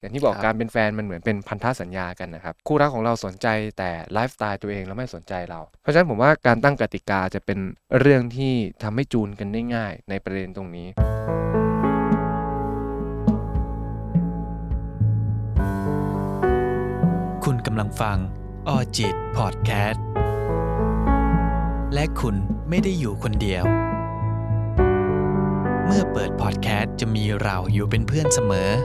อย่างที่บอกครับการเป็นแฟนมันเหมือนเป็นพันธสัญญากันนะครับคู่รักของเราสนใจแต่ไลฟ์สไตล์ตัวเองแล้วไม่สนใจเราเพราะฉะนั้นผมว่าการตั้งกติกาจะเป็นเรื่องที่ทำให้จูนกันได้ง่ายในประเด็นตรงนี้คุณกำลังฟังออจิตพอดแคสต์และคุณไม่ได้อยู่คนเดียวเมื่อเปิดพอดแคสต์จะมีเราอยู่เป็นเพื่อนเสมอ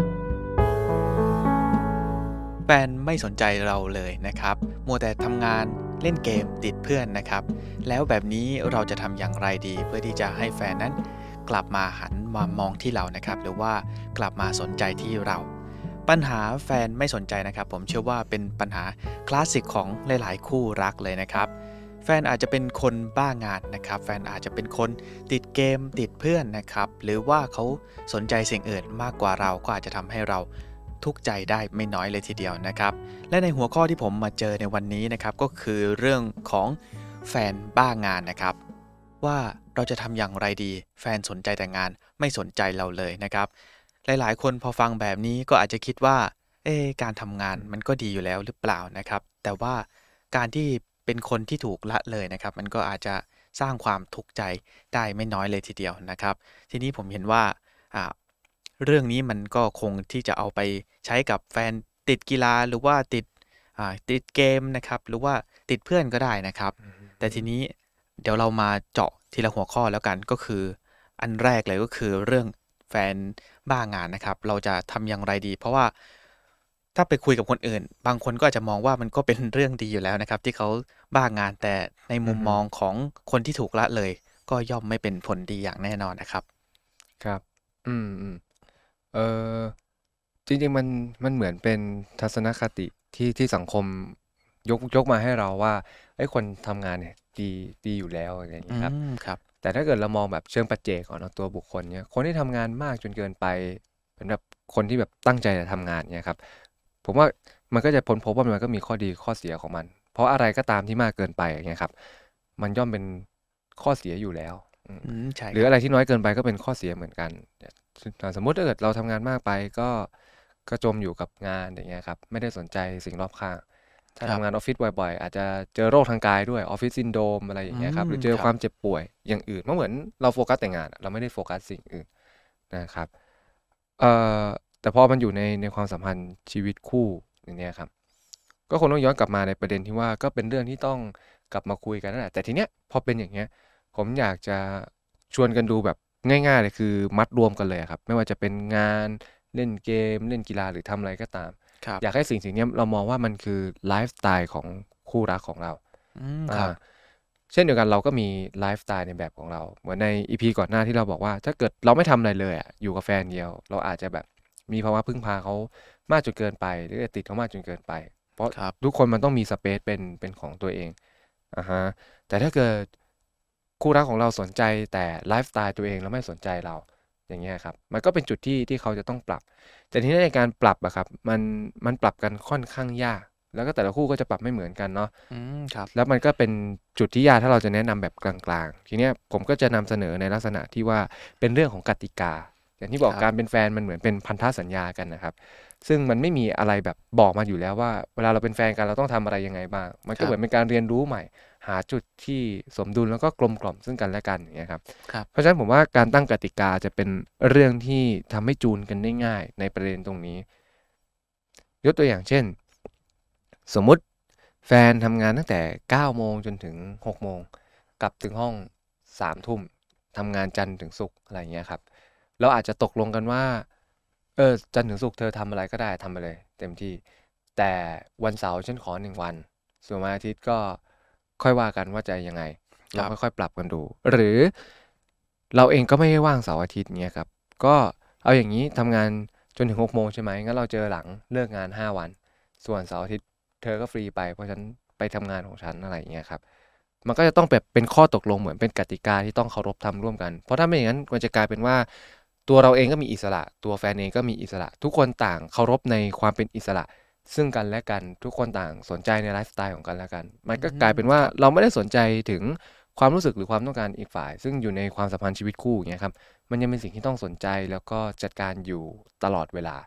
แฟนไม่สนใจเราเลยนะครับมัวแต่ทำงานเล่นเกมติดเพื่อนนะครับแล้วแบบนี้เราจะทำอย่างไรดีเพื่อที่จะให้แฟนนั้นกลับมาหันมามองที่เรานะครับหรือว่ากลับมาสนใจที่เราปัญหาแฟนไม่สนใจนะครับผมเชื่อว่าเป็นปัญหาคลาสสิกของหลายๆคู่รักเลยนะครับแฟนอาจจะเป็นคนบ้างานนะครับแฟนอาจจะเป็นคนติดเกมติดเพื่อนนะครับหรือว่าเขาสนใจสิ่งอื่นมากกว่าเราก็อาจจะทำให้เราทุกข์ใจได้ไม่น้อยเลยทีเดียวนะครับและในหัวข้อที่ผมมาเจอในวันนี้นะครับก็คือเรื่องของแฟนบ้างานนะครับว่าเราจะทำอย่างไรดีแฟนสนใจแต่งานไม่สนใจเราเลยนะครับหลายๆคนพอฟังแบบนี้ก็อาจจะคิดว่าการทำงานมันก็ดีอยู่แล้วหรือเปล่านะครับแต่ว่าการที่เป็นคนที่ถูกละเลยนะครับมันก็อาจจะสร้างความทุกข์ใจได้ไม่น้อยเลยทีเดียวนะครับทีนี้ผมเห็นว่าเรื่องนี้มันก็คงที่จะเอาไปใช้กับแฟนติดกีฬาหรือว่าติดเกมนะครับหรือว่าติดเพื่อนก็ได้นะครับแต่ทีนี้เดี๋ยวเรามาเจาะทีละหัวข้อแล้วกันก็คืออันแรกเลยก็คือเรื่องแฟนบ้างานนะครับเราจะทำอย่างไรดีเพราะว่าถ้าไปคุยกับคนอื่นบางคนก็อาจจะมองว่ามันก็เป็นเรื่องดีอยู่แล้วนะครับที่เขาบ้างานแต่ในมุมมองของคนที่ถูกละเลยก็ย่อมไม่เป็นผลดีอย่างแน่นอนนะครับครับอืมเออจริงๆมันเหมือนเป็นทัศนคติที่สังคมยกมาให้เราว่าคนทำงานเนี่ยดีอยู่แล้วอะไรอย่างนี้ครับครับแต่ถ้าเกิดเรามองแบบเชิงปัจเจกก่อนตัวบุคคลเนี่ยคนที่ทำงานมากจนเกินไปเป็นแบบคนที่แบบตั้งใจจะทำงานเนี่ยครับผมว่ามันก็จะพ้นพบว่ามันก็มีข้อดีข้อเสียของมันเพราะอะไรก็ตามที่มากเกินไปอย่างเงี้ยครับมันย่อมเป็นข้อเสียอยู่แล้วใช่หรือครับอะไรที่น้อยเกินไปก็เป็นข้อเสียเหมือนกันสมมุติถ้าเกิดเราทำงานมากไปก็จมอยู่กับงานอย่างเงี้ยครับไม่ได้สนใจสิ่งรอบข้างถ้าครับทำงานออฟฟิศบ่อยๆอาจจะเจอโรคทางกายด้วยออฟฟิศซินโดรมอะไรอย่างเงี้ยครับหรือเจอครับความเจ็บป่วยอย่างอื่นเพราะเหมือนเราโฟกัสแต่งานเราไม่ได้โฟกัสสิ่งอื่นนะครับเอ่อแต่พอมันอยู่ในความสัมพันธ์ชีวิตคู่อย่างเนี้ยครับก็คงต้องย้อนกลับมาในประเด็นที่ว่าก็เป็นเรื่องที่ต้องกลับมาคุยกันนั่นแหละแต่ทีเนี้ยพอเป็นอย่างเงี้ยผมอยากจะชวนกันดูแบบง่ายๆเลยคือมัดรวมกันเลยครับไม่ว่าจะเป็นงานเล่นเกมเล่นกีฬาหรือทำอะไรก็ตามครับอยากให้สิ่งนี้เรามองว่ามันคือไลฟ์สไตล์ของคู่รักของเราครับเช่นเดียวกันเราก็มีไลฟ์สไตล์ในแบบของเราเหมือนใน EP ก่อนหน้าที่เราบอกว่าถ้าเกิดเราไม่ทำอะไรเลยอยู่กับแฟนเดียวเราอาจจะแบบมีภาวะพึ่งพาเขามากจนเกินไปหรือติดเขามากจนเกินไปเพราะครับทุกคนมันต้องมีสเปซเป็นของตัวเองฮะแต่ถ้าเกิดคู่รักของเราสนใจแต่ไลฟ์สไตล์ตัวเองแล้วไม่สนใจเราอย่างเงี้ยครับมันก็เป็นจุดที่เขาจะต้องปรับแต่ทีนี้ในการปรับอะครับมันปรับกันค่อนข้างยากแล้วก็แต่ละคู่ก็จะปรับไม่เหมือนกันเนาะครับแล้วมันก็เป็นจุดที่ยากถ้าเราจะแนะนำแบบกลางๆทีเนี้ยผมก็จะนำเสนอในลักษณะที่ว่าเป็นเรื่องของกติกาอย่างที่บอกครับการเป็นแฟนมันเหมือนเป็นพันธสัญญากันนะครับซึ่งมันไม่มีอะไรแบบบอกมาอยู่แล้วว่าเวลาเราเป็นแฟนกันเราต้องทำอะไรยังไงบ้างมันก็เหมือนเป็นการเรียนรู้ใหม่หาจุดที่สมดุลแล้วก็กลมกล่อมซึ่งกันและกันอย่างเงี้ยครับครับเพราะฉะนั้นผมว่าการตั้งกติกาจะเป็นเรื่องที่ทำให้จูนกันได้ง่ายในประเด็นตรงนี้ยกตัวอย่างเช่นสมมุติแฟนทำงานตั้งแต่9 โมงจนถึง6 โมงกลับถึงห้อง3 ทุ่มทำงานจันทร์ถึงศุกร์อะไรเงี้ยครับเราอาจจะตกลงกันว่าจันทร์ถึงศุกร์เธอทำอะไรก็ได้ทำไปเลยเต็มที่แต่วันเสาร์ฉันขอ1 วันส่วนวันอาทิตย์ก็ค่อยว่ากันว่าจะยังไงเราค่อยๆปรับกันดูหรือเราเองก็ไม่ได้ว่างเสาร์อาทิตย์เงี้ยครับก็เอาอย่างนี้ทำงานจนถึง6 โมงใช่ไหมงั้นเราเจอหลังเลิกงาน5 วันส่วนเสาร์อาทิตย์เธอก็ฟรีไปเพราะฉันไปทำงานของฉันอะไรอย่างเงี้ยครับมันก็จะต้องแบบเป็นข้อตกลงเหมือนเป็นกติกาที่ต้องเคารพทำร่วมกันเพราะถ้าไม่อย่างนั้นมันจะกลายเป็นว่าตัวเราเองก็มีอิสระตัวแฟนเองก็มีอิสระทุกคนต่างเคารพในความเป็นอิสระซึ่งกันและกันทุกคนต่างสนใจในไลฟ์สไตล์ของกันและกันมันก็กลายเป็นว่าครับเราไม่ได้สนใจถึงความรู้สึกหรือความต้องการอีกฝ่ายซึ่งอยู่ในความสัมพันธ์ชีวิตคู่อย่างเงี้ยครับมันยังเป็นสิ่งที่ต้องสนใจแล้วก็จัดการอยู่ตลอดเวลา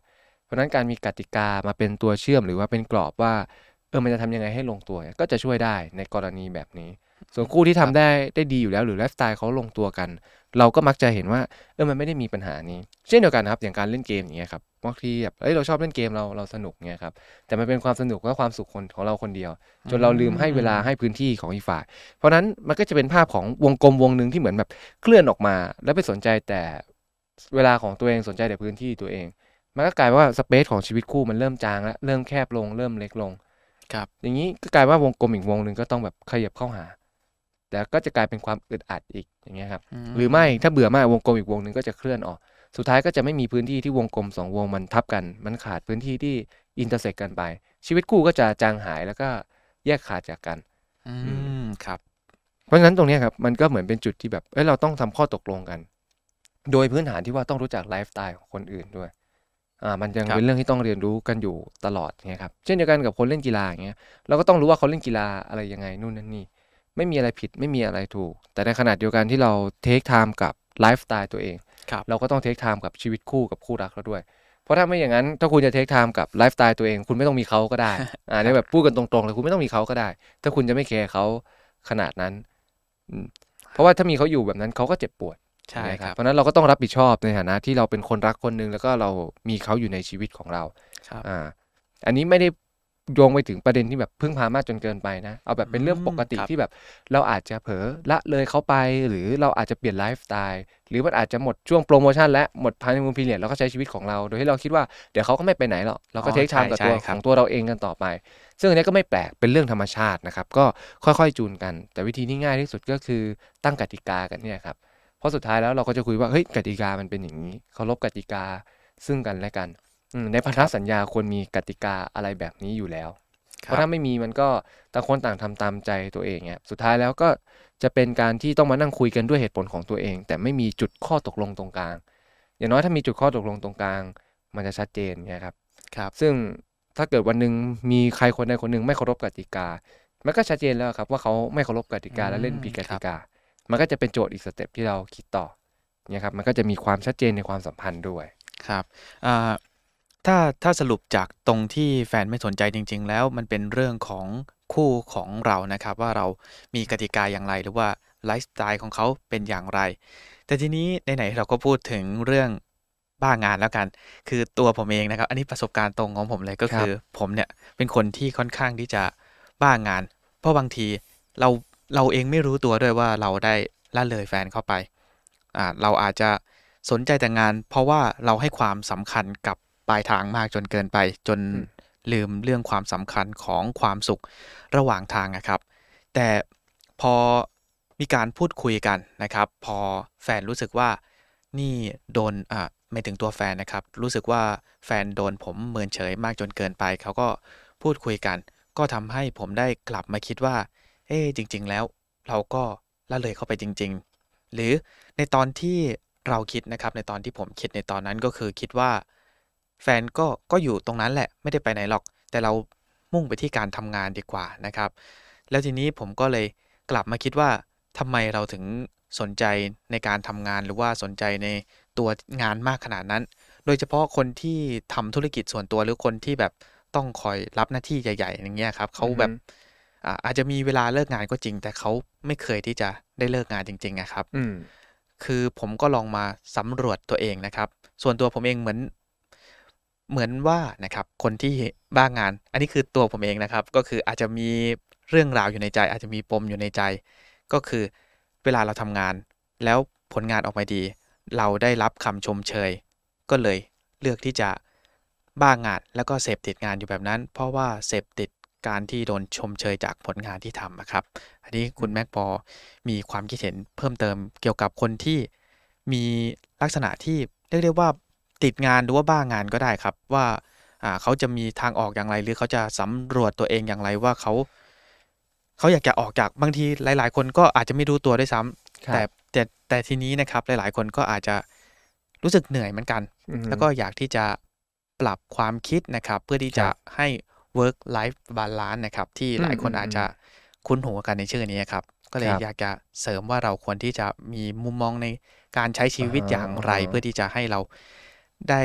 เพราะฉะนั้นการมีกติกามาเป็นตัวเชื่อมหรือว่าเป็นกรอบว่ามันจะทำยังไงให้ลงตัวก็จะช่วยได้ในกรณีแบบนี้ส่วนคู่ที่ทำได้ดีอยู่แล้วหรือไลฟ์สไตล์เขาลงตัวกันเราก็มักจะเห็นว่ามันไม่ได้มีปัญหานี้เช่นเดียวกันครับอย่างการเล่นเกมอย่างเงี้ยครับบางทีแบบเราชอบเล่นเกมเราสนุกเงี้ยครับแต่มันเป็นความสนุกและความสุขของเราคนเดียวจนเราลืมให้เวลาให้พื้นที่ของอีกฝ่ายเพราะนั้นมันก็จะเป็นภาพของวงกลมวงนึงที่เหมือนแบบเคลื่อนออกมาแล้วไปสนใจแต่เวลาของตัวเองสนใจแต่พื้นที่ตัวเองมันก็กลายว่าสเปซของชีวิตคู่มันเริ่มจางแล้วเริ่มแคบลงเริ่มเล็กลงครับอย่างนี้ก็กลายว่าวงกลมอีกวงนึงก็ต้องแบบขยับเข้าหาแต่ก็จะกลายเป็นความอึดอัดอีกอย่างเงี้ยครับหรือไม่ถ้าเบื่อมากวงกลมอีกวงนึงก็จะเคลื่อนออกสุดท้ายก็จะไม่มีพื้นที่ที่วงกลม2วงมันทับกันมันขาดพื้นที่ที่อินเตอร์เซกกันไปชีวิตคู่ก็จะจางหายแล้วก็แยกขาดจากกันครับเพราะฉะนั้นตรงนี้ครับมันก็เหมือนเป็นจุดที่แบบเราต้องทำข้อตกลงกันโดยพื้นฐานที่ว่าต้องรู้จักไลฟ์สไตล์ของคนอื่นด้วยมันยังเป็นเรื่องที่ต้องเรียนรู้กันอยู่ตลอดเนี่ยครับเช่นเดียวกันกับคนเล่นกีฬาอย่างเงี้ยเราก็ต้องรู้ว่าเขาเล่นกีฬาอะไรยังไงนู่นนั่นนี่ไม่มีอะไรผิดไม่มีอะไรถูกแต่ในขณะเดียวกันที่เราเทคไทม์กับไลฟ์สไตล์ตัวเองเราก็ต้องเทคไทม์กับชีวิตคู่กับคู่รักเราด้วยเพราะถ้าไม่อย่างนั้นถ้าคุณจะเทคไทม์กับไลฟ์สไตล์ตัวเองคุณไม่ต้องมีเขาก็ได้เนี่ยแบบพูดกันตรงๆเลยคุณไม่ต้องมีเขาก็ได้ถ้าคุณจะไม่แคร์เขาขนาดนั้นเพราะว่าถ้ามีเขาอยู่แบบนั้นเขาก็เจ็บปวดใช่ครับเพราะนั้นเราก็ต้องรับผิดชอบในฐานะที่เราเป็นคนรักคนนึงแล้วก็เรามีเขาอยู่ในชีวิตของเราอันนี้ไม่ได้โยงไปถึงประเด็นที่แบบพึ่งพามากจนเกินไปนะเอาแบบเป็นเรื่องปกติที่แบบเราอาจจะเผลอละเลยเขาไปหรือเราอาจจะเปลี่ยนไลฟ์สไตล์หรือมันอาจจะหมดช่วงโปรโมชั่นและหมดฮันนีมูนพีเรียดแล้วก็ใช้ชีวิตของเราโดยที่เราคิดว่าเดี๋ยวเขาก็ไม่ไปไหนหรอกเราก็เทคไทม์กับตัวของตัวเราเองกันต่อไปซึ่งอันนี้ก็ไม่แปลกเป็นเรื่องธรรมชาตินะครับก็ค่อยๆจูนกันแต่วิธีที่ง่ายที่สุดก็คือตั้งกติกากันเนี่ยครับเพราะสุดท้ายแล้วเราก็จะคุยว่าเฮ้ยกติกามันเป็นอย่างนี้เคารพกติกาซึ่งกันและกันในพันธสัญญาควรมีกติกาอะไรแบบนี้อยู่แล้วเพราะถ้าไม่มีมันก็ต่างคนต่างทำตามใจตัวเองเนี่ยสุดท้ายแล้วก็จะเป็นการที่ต้องมานั่งคุยกันด้วยเหตุผลของตัวเองแต่ไม่มีจุดข้อตกลงตรงกลางอย่างน้อยถ้ามีจุดข้อตกลงตรงกลางมันจะชัดเจนไงครับซึ่งถ้าเกิดวันนึงมีใครคนใดคนหนึ่งไม่เคารพกติกามันก็ชัดเจนแล้วครับว่าเขาไม่เคารพกติกาและเล่นผิดกติกามันก็จะเป็นโจทย์อีกสเต็ปที่เราคิดต่อเนี่ยครับมันก็จะมีความชัดเจนในความสัมพันธ์ด้วยครับถ้าสรุปจากตรงที่แฟนไม่สนใจจริงๆแล้วมันเป็นเรื่องของคู่ของเรานะครับว่าเรามีกติกาอย่างไรหรือว่าไลฟ์สไตล์ของเขาเป็นอย่างไรแต่ทีนี้ไหนๆเราก็พูดถึงเรื่องบ้างานแล้วกันคือตัวผมเองนะครับอันนี้ประสบการณ์ตรงของผมเลยก็คือผมเนี่ยเป็นคนที่ค่อนข้างที่จะบ้างานเพราะบางทีเราเองไม่รู้ตัวด้วยว่าเราได้ละเลยแฟนเข้าไปเราอาจจะสนใจแต่งานเพราะว่าเราให้ความสำคัญกับปลายทางมากจนเกินไปจนลืมเรื่องความสำคัญของความสุขระหว่างทางครับแต่พอมีการพูดคุยกันนะครับพอแฟนรู้สึกว่านี่โดนไม่ถึงตัวแฟนนะครับรู้สึกว่าแฟนโดนผมเมินเฉยมากจนเกินไปเขาก็พูดคุยกันก็ทำให้ผมได้กลับมาคิดว่าจริงๆแล้วเราก็ละเลยเข้าไปจริงๆหรือในตอนที่เราคิดนะครับในตอนที่ผมคิดในตอนนั้นก็คือคิดว่าแฟนก็อยู่ตรงนั้นแหละไม่ได้ไปไหนหรอกแต่เรามุ่งไปที่การทำงานดีกว่านะครับแล้วทีนี้ผมก็เลยกลับมาคิดว่าทำไมเราถึงสนใจในการทำงานหรือว่าสนใจในตัวงานมากขนาดนั้นโดยเฉพาะคนที่ทำธุรกิจส่วนตัวหรือคนที่แบบต้องคอยรับหน้าที่ใหญ่ๆอย่างเงี้ยครับเขาแบบอาจจะมีเวลาเลิกงานก็จริงแต่เขาไม่เคยที่จะได้เลิกงานจริงๆครับคือผมก็ลองมาสำรวจตัวเองนะครับส่วนตัวผมเองเหมือนว่านะครับคนที่บ้างานอันนี้คือตัวผมเองนะครับก็คืออาจจะมีเรื่องราวอยู่ในใจอาจจะมีปมอยู่ในใจก็คือเวลาเราทำงานแล้วผลงานออกมาดีเราได้รับคำชมเชยก็เลยเลือกที่จะบ้างานแล้วก็เสพติดงานอยู่แบบนั้นเพราะว่าเสพติดการที่โดนชมเชยจากผลงานที่ทำครับอันนี้คุณแม็กพอมีความคิดเห็นเพิ่มเติมเกี่ยวกับคนที่มีลักษณะที่เรียกได้ว่าติดงานหรือว่าบ้างานก็ได้ครับว่าเขาจะมีทางออกอย่างไรหรือเขาจะสำรวจตัวเองอย่างไรว่าเขาอยากจะออกจากบางทีหลายๆคนก็อาจจะไม่รู้ตัวด้วยซ้ำแต่ทีนี้นะครับหลายๆคนก็อาจจะรู้สึกเหนื่อยเหมือนกันแล้วก็อยากที่จะปรับความคิดนะครับเพื่อที่จะให้ work life balance นะครับที่หลายคนอาจจะคุ้นหูกันในชื่อนี้ครับก็เลยอยากจะเสริมว่าเราควรที่จะมีมุมมองในการใช้ชีวิตอย่างไรเพื่อที่จะให้เราได้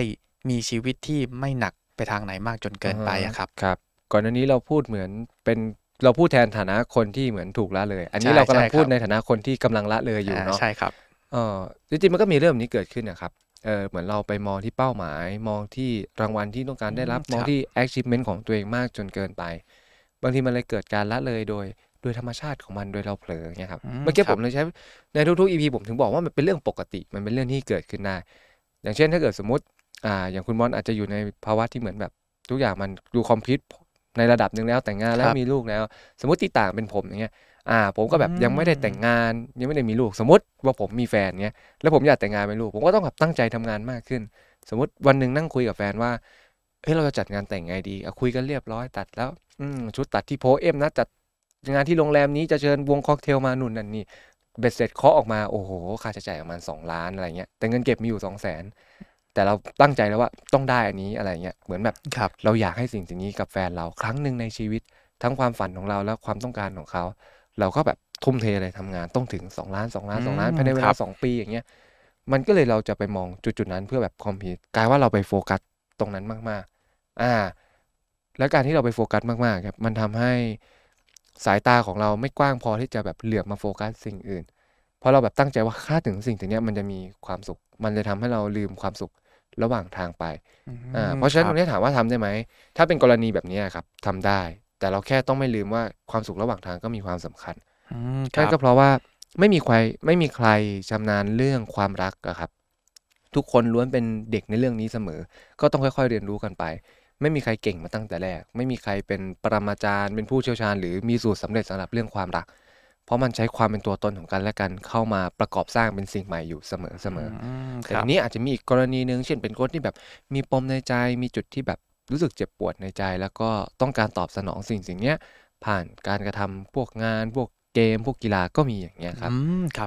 มีชีวิตที่ไม่หนักไปทางไหนมากจนเกินไปอะครับครับก่อนหน้านี้เราพูดเหมือนเป็นเราพูดแทนฐานะคนที่เหมือนถูกละเลย อันนี้ใช่เรากำลังใช่คพูรัดบในฐานะคนที่กำลังละเลยอยู่เนาะใช่ครับจริงๆมันก็มีเรื่องแบบนี้เกิดขึ้นนะครับเหมือนเราไปมองที่เป้าหมายมองที่รางวัลที่ต้องการได้รับมองที่ achievement ของตัวเองมากจนเกินไปบางทีมันเลยเกิดการละเลยโดยธรรมชาติของมันโดยเราเผลอเงี้ยครับเมื่อกี้ผมเลยใช้ในทุกๆ EP ผมถึงบอกว่ามันเป็นเรื่องปกติมันเป็นเรื่องที่เกิดขึ้นได้อย่างเช่นถ้าเกิดสมมติอย่างคุณบอลอาจจะอยู่ในภาวะที่เหมือนแบบทุกอย่างมันดูคอมพลีทในระดับหนึ่งแล้วแต่งงานแล้วมีลูกแล้วสมมติที่ต่างเป็นผมอย่างเงี้ยผมก็แบบยังไม่ได้แต่งงานยังไม่ได้มีลูกสมมติว่าผมมีแฟนเงี้ยแล้วผมอยากแต่งงานมีลูกผมก็ต้องแบบตั้งใจทำงานมากขึ้นสมมติวันหนึ่งนั่งคุยกับแฟนว่าเฮ้ยเราจะจัดงานแต่งไงดีคุยกันเรียบร้อยตัดแล้วชุดตัดที่โพเอ็มนะจัดงานที่โรงแรมนี้จะเชิญวงค็อกเทลมานู่นนั่นนี่เบ็ดเสร็จเคาะออกมาโอ้โหค่าใช้จ่ายประมาณ2 ล้านอะไรเงี้ยแต่เงินเก็บมีอยู่200,000แต่เราตั้งใจแล้วว่าต้องได้อันนี้อะไรเงี้ยเหมือนแบบเราอยากให้สิ่งนี้กับแฟนเราครั้งหนึ่งในชีวิตทั้งความฝันของเราและความต้องการของเขาเราก็แบบทุ่มเทเลยทำงานต้องถึง2 ล้าน2 ล้าน2 ล้านภายในเวลา2 ปีอย่างเงี้ยมันก็เลยเราจะไปมองจุดนั้นเพื่อแบบคอมพลีทกลายว่าเราไปโฟกัสตรงนั้นมากๆแล้วการที่เราไปโฟกัสมากๆครับมันทำให้สายตาของเราไม่กว้างพอที่จะแบบเหลือบมาโฟกัสสิ่งอื่นเพราะเราแบบตั้งใจว่าคาดถึงสิ่งนี้มันจะมีความสุขมันเลยทำให้เราลืมความสุขระหว่างทางไปเพราะฉะนั้นตรงนี้ถามว่าทำได้ไหมถ้าเป็นกรณีแบบนี้ครับทำได้แต่เราแค่ต้องไม่ลืมว่าความสุขระหว่างทางก็มีความสำคัญนั่นก็เพราะว่าไม่มีใครชำนาญเรื่องความรักอะครับทุกคนล้วนเป็นเด็กในเรื่องนี้เสมอก็ต้องค่อยๆเรียนรู้กันไปไม่มีใครเก่งมาตั้งแต่แรกไม่มีใครเป็นปรมาจารย์เป็นผู้เชี่ยวชาญหรือมีสูตรสำเร็จสำหรับเรื่องความรักเพราะมันใช้ความเป็นตัวตนของกันและกันเข้ามาประกอบสร้างเป็นสิ่งใหม่อยู่เสมอแต่ทีนี้อาจจะมีอีกกรณีนึงเช่นเป็นคนที่แบบมีปมในใจมีจุดที่แบบรู้สึกเจ็บปวดในใจแล้วก็ต้องการตอบสนองสิ่งนี้ผ่านการกระทำพวกงานพวกเกมพวกกีฬาก็มีอย่างเงี้ยครับ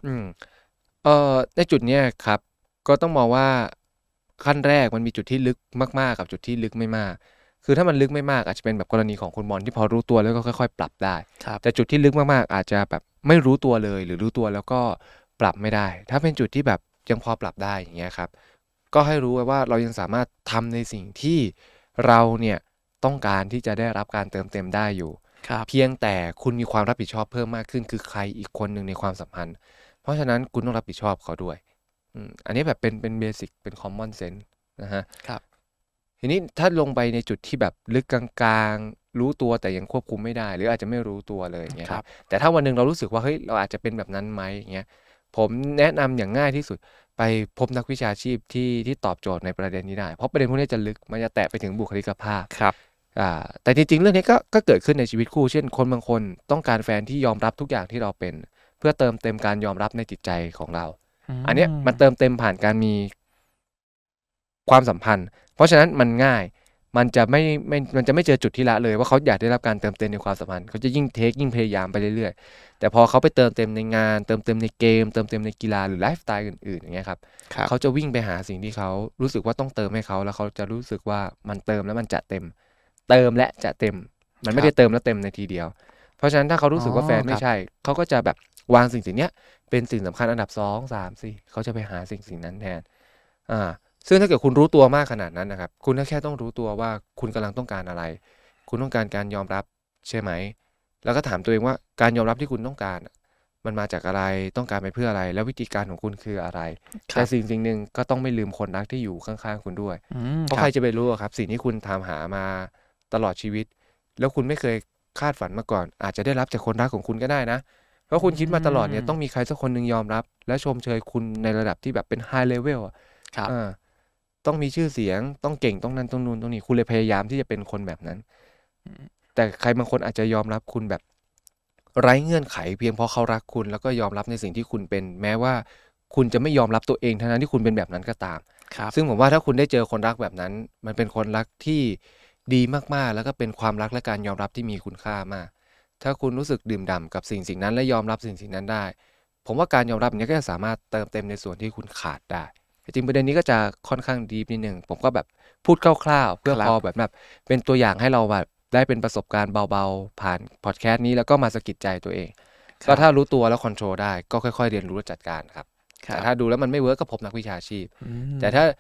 ในจุดเนี้ยครับก็ต้องมองว่าขั้นแรกมันมีจุดที่ลึกมากๆกับจุดที่ลึกไม่มากคือถ้ามันลึกไม่มากอาจจะเป็นแบบกรณีของคุณบอลที่พอรู้ตัวแล้วก็ค่อยๆปรับได้แต่จุดที่ลึกมากๆอาจจะแบบไม่รู้ตัวเลยหรือรู้ตัวแล้วก็ปรับไม่ได้ถ้าเป็นจุดที่แบบยังพอปรับได้อย่างเงี้ยครับก็ให้รู้ไว้ว่าเรายังสามารถทำในสิ่งที่เราเนี่ยต้องการที่จะได้รับการเติมเต็มได้อยู่เพียงแต่คุณมีความรับผิดชอบเพิ่มมากขึ้นคือใครอีกคนหนึ่งในความสัมพันธ์เพราะฉะนั้นคุณต้องรับผิดชอบเขาด้วยอันนี้แบบเป็นเบสิกเป็น common sense นะฮะทีนี้ถ้าลงไปในจุดที่แบบลึกกลางๆรู้ตัวแต่ยังควบคุมไม่ได้หรืออาจจะไม่รู้ตัวเลยอย่างเงี้ยครับแต่ถ้าวันนึงเรารู้สึกว่าเฮ้ยเราอาจจะเป็นแบบนั้นไหมอย่างเงี้ยผมแนะนำอย่างง่ายที่สุดไปพบนักวิชาชีพที่ตอบโจทย์ในประเด็นนี้ได้เพราะประเด็นพวกนี้จะลึกมันจะแตะไปถึงบุคลิกภาพแต่จริงๆเรื่องนี้ก็เกิดขึ้นในชีวิตคู่เช่นคนบางคนต้องการแฟนที่ยอมรับทุกอย่างที่เราเป็นเพื่อเติมเต็มการยอมรับในจิตใจของเราอันนี้มันเติมเต็มผ่านการมีความสัมพันธ์เพราะฉะนั้นมันง่ายมันจะไม่เจอจุดที่ละเลยว่าเขาอยากได้รับการเติมเต็มในความสัมพันธ์เขาจะยิ่งยิ่งพยายามไปเรื่อยๆแต่พอเขาไปเติมเต็มในงานเติมเต็มในเกมเติมเต็มในกีฬาหรือไลฟ์สไตล์อื่นๆอย่างเงี้ยครับเขาจะวิ่งไปหาสิ่งที่เขารู้สึกว่าต้องเติมให้เขาแล้วเขาจะรู้สึกว่ามันเติมแล้วมันจะเต็มและจะเต็มมันไม่ได้เติมแล้วเต็มในทีเดียวเพราะฉะนั้นถ้าเขารู้สึกว่าแฟนไม่ใช่เขาก็จะแบบวางสิ่งนี้เป็นสิ่งสำคัญอันดับ2 3 4เขาจะไปหาสิ่งนั้นแทนซึ่งถ้าเกิดคุณรู้ตัวมากขนาดนั้นนะครับคุณแค่ต้องรู้ตัวว่าคุณกำลังต้องการอะไรคุณต้องการการยอมรับใช่ไหมแล้วก็ถามตัวเองว่าการยอมรับที่คุณต้องการมันมาจากอะไรต้องการไปเพื่ออะไรแล้ววิธีการของคุณคืออะไรแต่สิ่งหนึ่งก็ต้องไม่ลืมคนรักที่อยู่ข้างๆคุณด้วยเพราะใครจะไปรู้ครับสิ่งที่คุณตามหามาตลอดชีวิตแล้วคุณไม่เคยคาดฝันมาก่อนอาจจะได้รับจากคนรักของคุณก็ได้นะเพราะคุณคิดมาตลอดเนี่ยต้องมีใครสักคนนึงยอมรับและชมเชยคุณในระดับที่แบบเป็นไฮเลเวลต้องมีชื่อเสียงต้องเก่งต้องนั้นต้องนู่นต้องนี่คุณเลยพยายามที่จะเป็นคนแบบนั้นแต่ใครบางคนอาจจะยอมรับคุณแบบไร้เงื่อนไขเพียงเพราะเขารักคุณแล้วก็ยอมรับในสิ่งที่คุณเป็นแม้ว่าคุณจะไม่ยอมรับตัวเองทั้งนั้นที่คุณเป็นแบบนั้นก็ตามซึ่งผมว่าถ้าคุณได้เจอคนรักแบบนั้นมันเป็นคนรักที่ดีมากๆแล้วก็เป็นความรักและการยอมรับที่มีคุณค่ามากถ้าคุณรู้สึกดื่มด่ำกับสิ่งนั้นและยอมรับสิ่งนั้นได้ผมว่าการยอมรับนี้ก็จะสามารถเติมเต็มในส่วนที่คุณขาดได้จริงประเด็นนี้ก็จะค่อนข้างดีนิดนึงผมก็แบบพูดคร่าวๆเพื่อพอแบบเป็นตัวอย่างให้เราแบบได้เป็นประสบการณ์เบาๆผ่านพอดแคสต์นี้แล้วก็มาสะกิดใจตัวเองก็ถ้ารู้ตัวแล้วคอนโทรลได้ก็ค่อยๆเรียนรู้และจัดการครับแต่ถ้าดูแล้วมันไม่เวิร์กก็พบนักวิชาชีพแต่ถ้า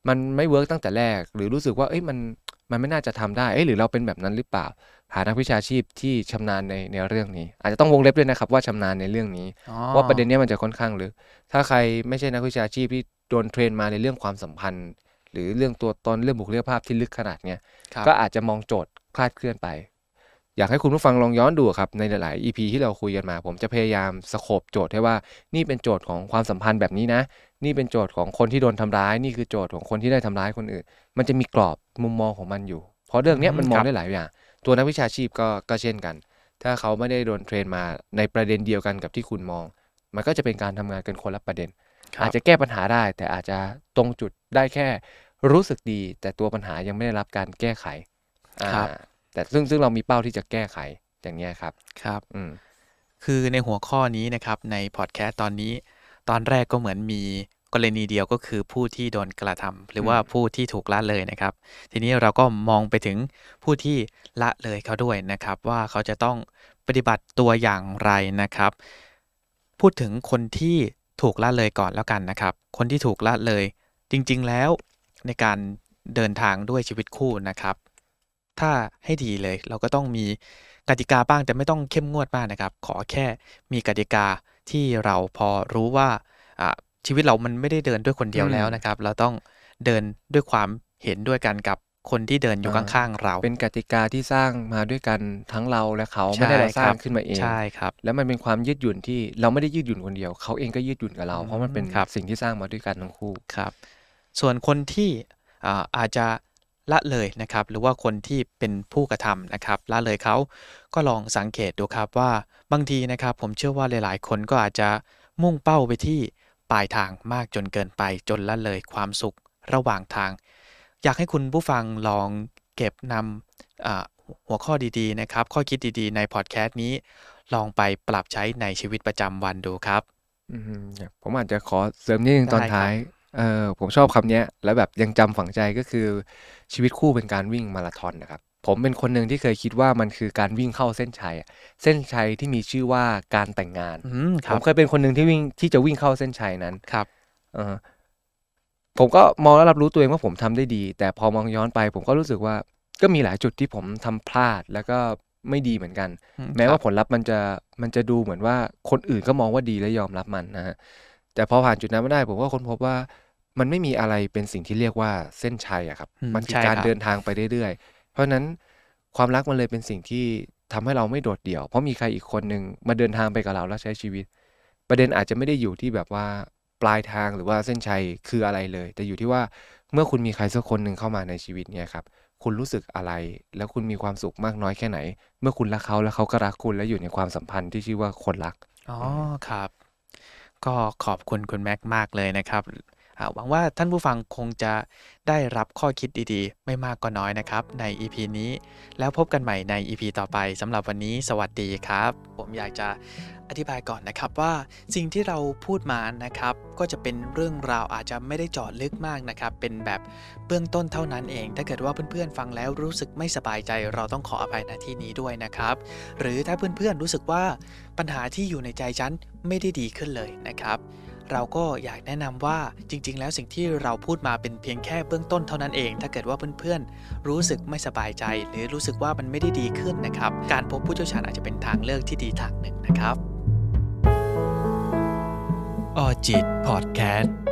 มันไม่เวิร์กตั้งแต่แรกหรือรู้สึกว่ามันไม่น่าจะทำได้หรือเราเป็นแบบนั้นหรือเปล่าหานักวิชาชีพที่ชำนาญในเรื่องนี้อาจจะต้องวงเล็บด้วยนะครับว่าชำนาญในเรื่องนี้ว่าประเด็นนี้มันจะค่อนข้างลึกถ้าใครไม่ใช่นักวิชาชีพที่โดนเทรนมาในเรื่องความสัมพันธ์หรือเรื่องตัวตนเรื่องบุคลิกภาพที่ลึกขนาดเนี้ยก็อาจจะมองโจทย์คลาดเคลื่อนไปอยากให้คุณผู้ฟังลองย้อนดูครับในหลายๆ EP ที่เราคุยกันมาผมจะพยายามสโคปโจทย์ให้ว่านี่เป็นโจทย์ของความสัมพันธ์แบบนี้นะนี่เป็นโจทย์ของคนที่โดนทำร้ายนี่คือโจทย์ของคนที่ได้ทำร้ายคนอื่นมันจะมีกรอบมุมมองของมันอยู่เพราะเรื่องนี้มันมองได้หลายอย่างตัวนักวิชาชีพก็เช่นกันถ้าเขาไม่ได้โดนเทรนมาในประเด็นเดียวกันกับที่คุณมองมันก็จะเป็นการทำงานกันคนละประเด็นอาจจะแก้ปัญหาได้แต่อาจจะตรงจุดได้แค่รู้สึกดีแต่ตัวปัญหายังไม่ได้รับการแก้ไขแต่ซึ่งเรามีเป้าที่จะแก้ไขอย่างนี้ครับครับคือในหัวข้อนี้นะครับในพอดแคสต์ตอนนี้ตอนแรกก็เหมือนมีกรณีเดียวก็คือผู้ที่โดนกระทำหรือว่าผู้ที่ถูกละเลยนะครับทีนี้เราก็มองไปถึงผู้ที่ละเลยเขาด้วยนะครับว่าเขาจะต้องปฏิบัติตัวอย่างไรนะครับพูดถึงคนที่ถูกละเลยก่อนแล้วกันนะครับคนที่ถูกละเลยจริงๆแล้วในการเดินทางด้วยชีวิตคู่นะครับถ้าให้ดีเลยเราก็ต้องมีกติกาบ้างแต่ไม่ต้องเข้มงวดมากนะครับขอแค่มีกติกาที่เราพอรู้ว่าชีวิตเรามันไม่ได้เดินด้วยคนเดียวแล้วนะครับเราต้องเดินด้วยความเห็นด้วยกันกับคนที่เดินอยู่ข้างๆเราเป็นกติกาที่สร้างมาด้วยกันทั้งเราและเขาไม่ได้เราสร้างขึ้นมาเองใช่ครับแล้วมันเป็นความยืดหยุ่นที่เราไม่ได้ยืดหยุ่นคนเดียวเขาเองก็ยืดหยุ่นกับเราเพราะมันเป็นสิ่งที่สร้างมาด้วยกันทั้งคู่ครับส่วนคนที่อาจจะละเลยนะครับหรือว่าคนที่เป็นผู้กระทำนะครับละเลยเขาก็ลองสังเกตดูครับว่าบางทีนะครับผมเชื่อว่าหลายๆคนก็อาจจะมุ่งเป้าไปที่ปลายทางมากจนเกินไปจนละเลยความสุขระหว่างทางอยากให้คุณผู้ฟังลองเก็บนำหัวข้อดีๆนะครับข้อคิดดีๆในพอดแคสต์นี้ลองไปปรับใช้ในชีวิตประจำวันดูครับผมอาจจะขอเสริมนิดนึงตอนท้ายผมชอบคำนี้แล้วแบบยังจำฝังใจก็คือชีวิตคู่เป็นการวิ่งมาราธอนนะครับผมเป็นคนหนึ่งที่เคยคิดว่ามันคือการวิ่งเข้าเส้นชัยที่มีชื่อว่าการแต่งงานผมเคยเป็นคนหนึ่งที่จะวิ่งเข้าเส้นชัยนั้นครับผมก็มองแล้วรับรู้ตัวเองว่าผมทำได้ดีแต่พอมองย้อนไปผมก็รู้สึกว่าก็มีหลายจุดที่ผมทำพลาดแล้วก็ไม่ดีเหมือนกันแม้ว่าผลลัพธ์มันจะดูเหมือนว่าคนอื่นก็มองว่าดีและยอมรับมันนะฮะแต่พอผ่านจุดนั้นมาได้ผมก็ค้นพบว่ามันไม่มีอะไรเป็นสิ่งที่เรียกว่าเส้นชัยอะครับมันคือการเดินทางไปเรื่อยๆเพราะนั้นความรักมันเลยเป็นสิ่งที่ทำให้เราไม่โดดเดี่ยวเพราะมีใครอีกคนนึงมาเดินทางไปกับเราแล้วใช้ชีวิตประเด็นอาจจะไม่ได้อยู่ที่แบบว่าปลายทางหรือว่าเส้นชัยคืออะไรเลยแต่อยู่ที่ว่าเมื่อคุณมีใครสักคนหนึ่งเข้ามาในชีวิตเนี่ยครับคุณรู้สึกอะไรแล้วคุณมีความสุขมากน้อยแค่ไหนเมื่อคุณรักเขาแล้วเขาก็รักคุณและอยู่ในความสัมพันธ์ที่ชื่อว่าคนรักครับก็ขอบคุณคุณแม็กมากเลยนะครับหวังว่าท่านผู้ฟังคงจะได้รับข้อคิดดีๆไม่มากก็น้อยนะครับใน EP นี้แล้วพบกันใหม่ใน EP ต่อไปสำหรับวันนี้สวัสดีครับผมอยากจะอธิบายก่อนนะครับว่าสิ่งที่เราพูดมานะครับก็จะเป็นเรื่องราวอาจจะไม่ได้เจาะลึกมากนะครับเป็นแบบเบื้องต้นเท่านั้นเองถ้าเกิดว่าเพื่อนๆฟังแล้วรู้สึกไม่สบายใจเราต้องขออภัยณที่นี้ด้วยนะครับหรือถ้าเพื่อนๆรู้สึกว่าปัญหาที่อยู่ในใจฉันไม่ได้ดีขึ้นเลยนะครับเราก็อยากแนะนำว่าจริงๆแล้วสิ่งที่เราพูดมาเป็นเพียงแค่เบื้องต้นเท่านั้นเองถ้าเกิดว่าเพื่อนๆรู้สึกไม่สบายใจหรือรู้สึกว่ามันไม่ได้ดีขึ้นนะครับการพบผู้เชี่ยวชาญอาจจะเป็นทางเลือกที่ดีทางหนึ่งนะครับออจิตพอดแคสต์